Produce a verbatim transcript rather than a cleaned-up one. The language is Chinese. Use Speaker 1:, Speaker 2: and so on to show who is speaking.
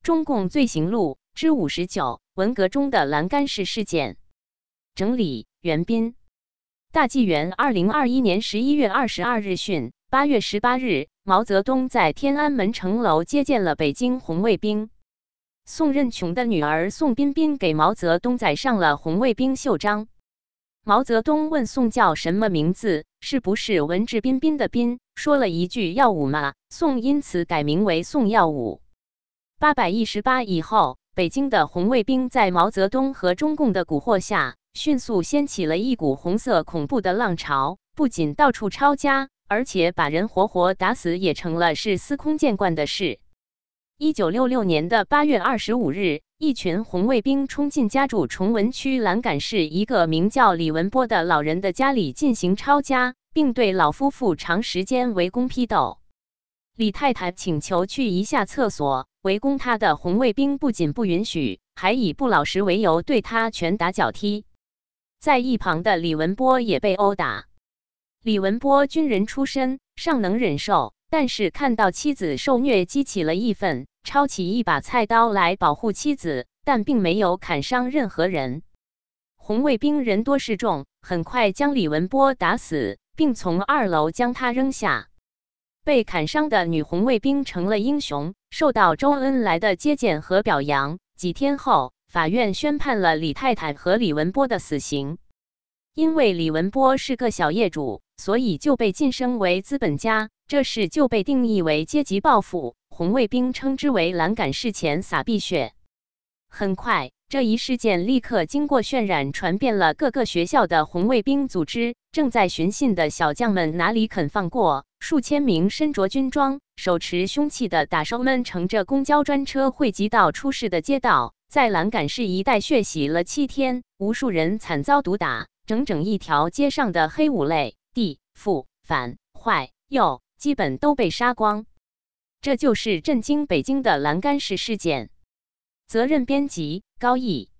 Speaker 1: 中共罪行录之五十九，文革中的栏杆式事件。整理：袁斌。大纪元二零二一年十一月二十二日讯，八月十八日，毛泽东在天安门城楼接见了北京红卫兵。宋任穷的女儿宋彬彬给毛泽东载上了红卫兵袖章。毛泽东问宋叫什么名字，是不是文质彬彬的彬？说了一句耀武嘛，宋因此改名为宋耀武。八百一十八以后，北京的红卫兵在毛泽东和中共的蛊惑下，迅速掀起了一股红色恐怖的浪潮，不仅到处抄家，而且把人活活打死也成了是司空见惯的事。一九六六年的八月二十五日，一群红卫兵冲进家住崇文区栏杆市一个名叫李文波的老人的家里进行抄家，并对老夫妇长时间围攻批斗。李太太请求去一下厕所，围攻她的红卫兵不仅不允许，还以不老实为由对她拳打脚踢。在一旁的李文波也被殴打。李文波军人出身，尚能忍受，但是看到妻子受虐，激起了义愤，抄起一把菜刀来保护妻子，但并没有砍伤任何人。红卫兵人多势众，很快将李文波打死，并从二楼将他扔下。被砍伤的女红卫兵成了英雄，受到周恩来的接见和表扬。几天后，法院宣判了李太太和李文波的死刑。因为李文波是个小业主，所以就被晋升为资本家，这事就被定义为阶级报复。红卫兵称之为栏杆式钱撒币血。很快，这一事件立刻经过渲染，传遍了各个学校的红卫兵组织。正在巡信的小将们哪里肯放过？数千名身着军装、手持凶器的打手们乘着公交专车汇集到出事的街道，在栏杆市一带血洗了七天，无数人惨遭毒打，整整一条街上的黑五类、地、富、反、坏、右基本都被杀光。这就是震惊北京的栏杆式事件。责任编辑：高毅。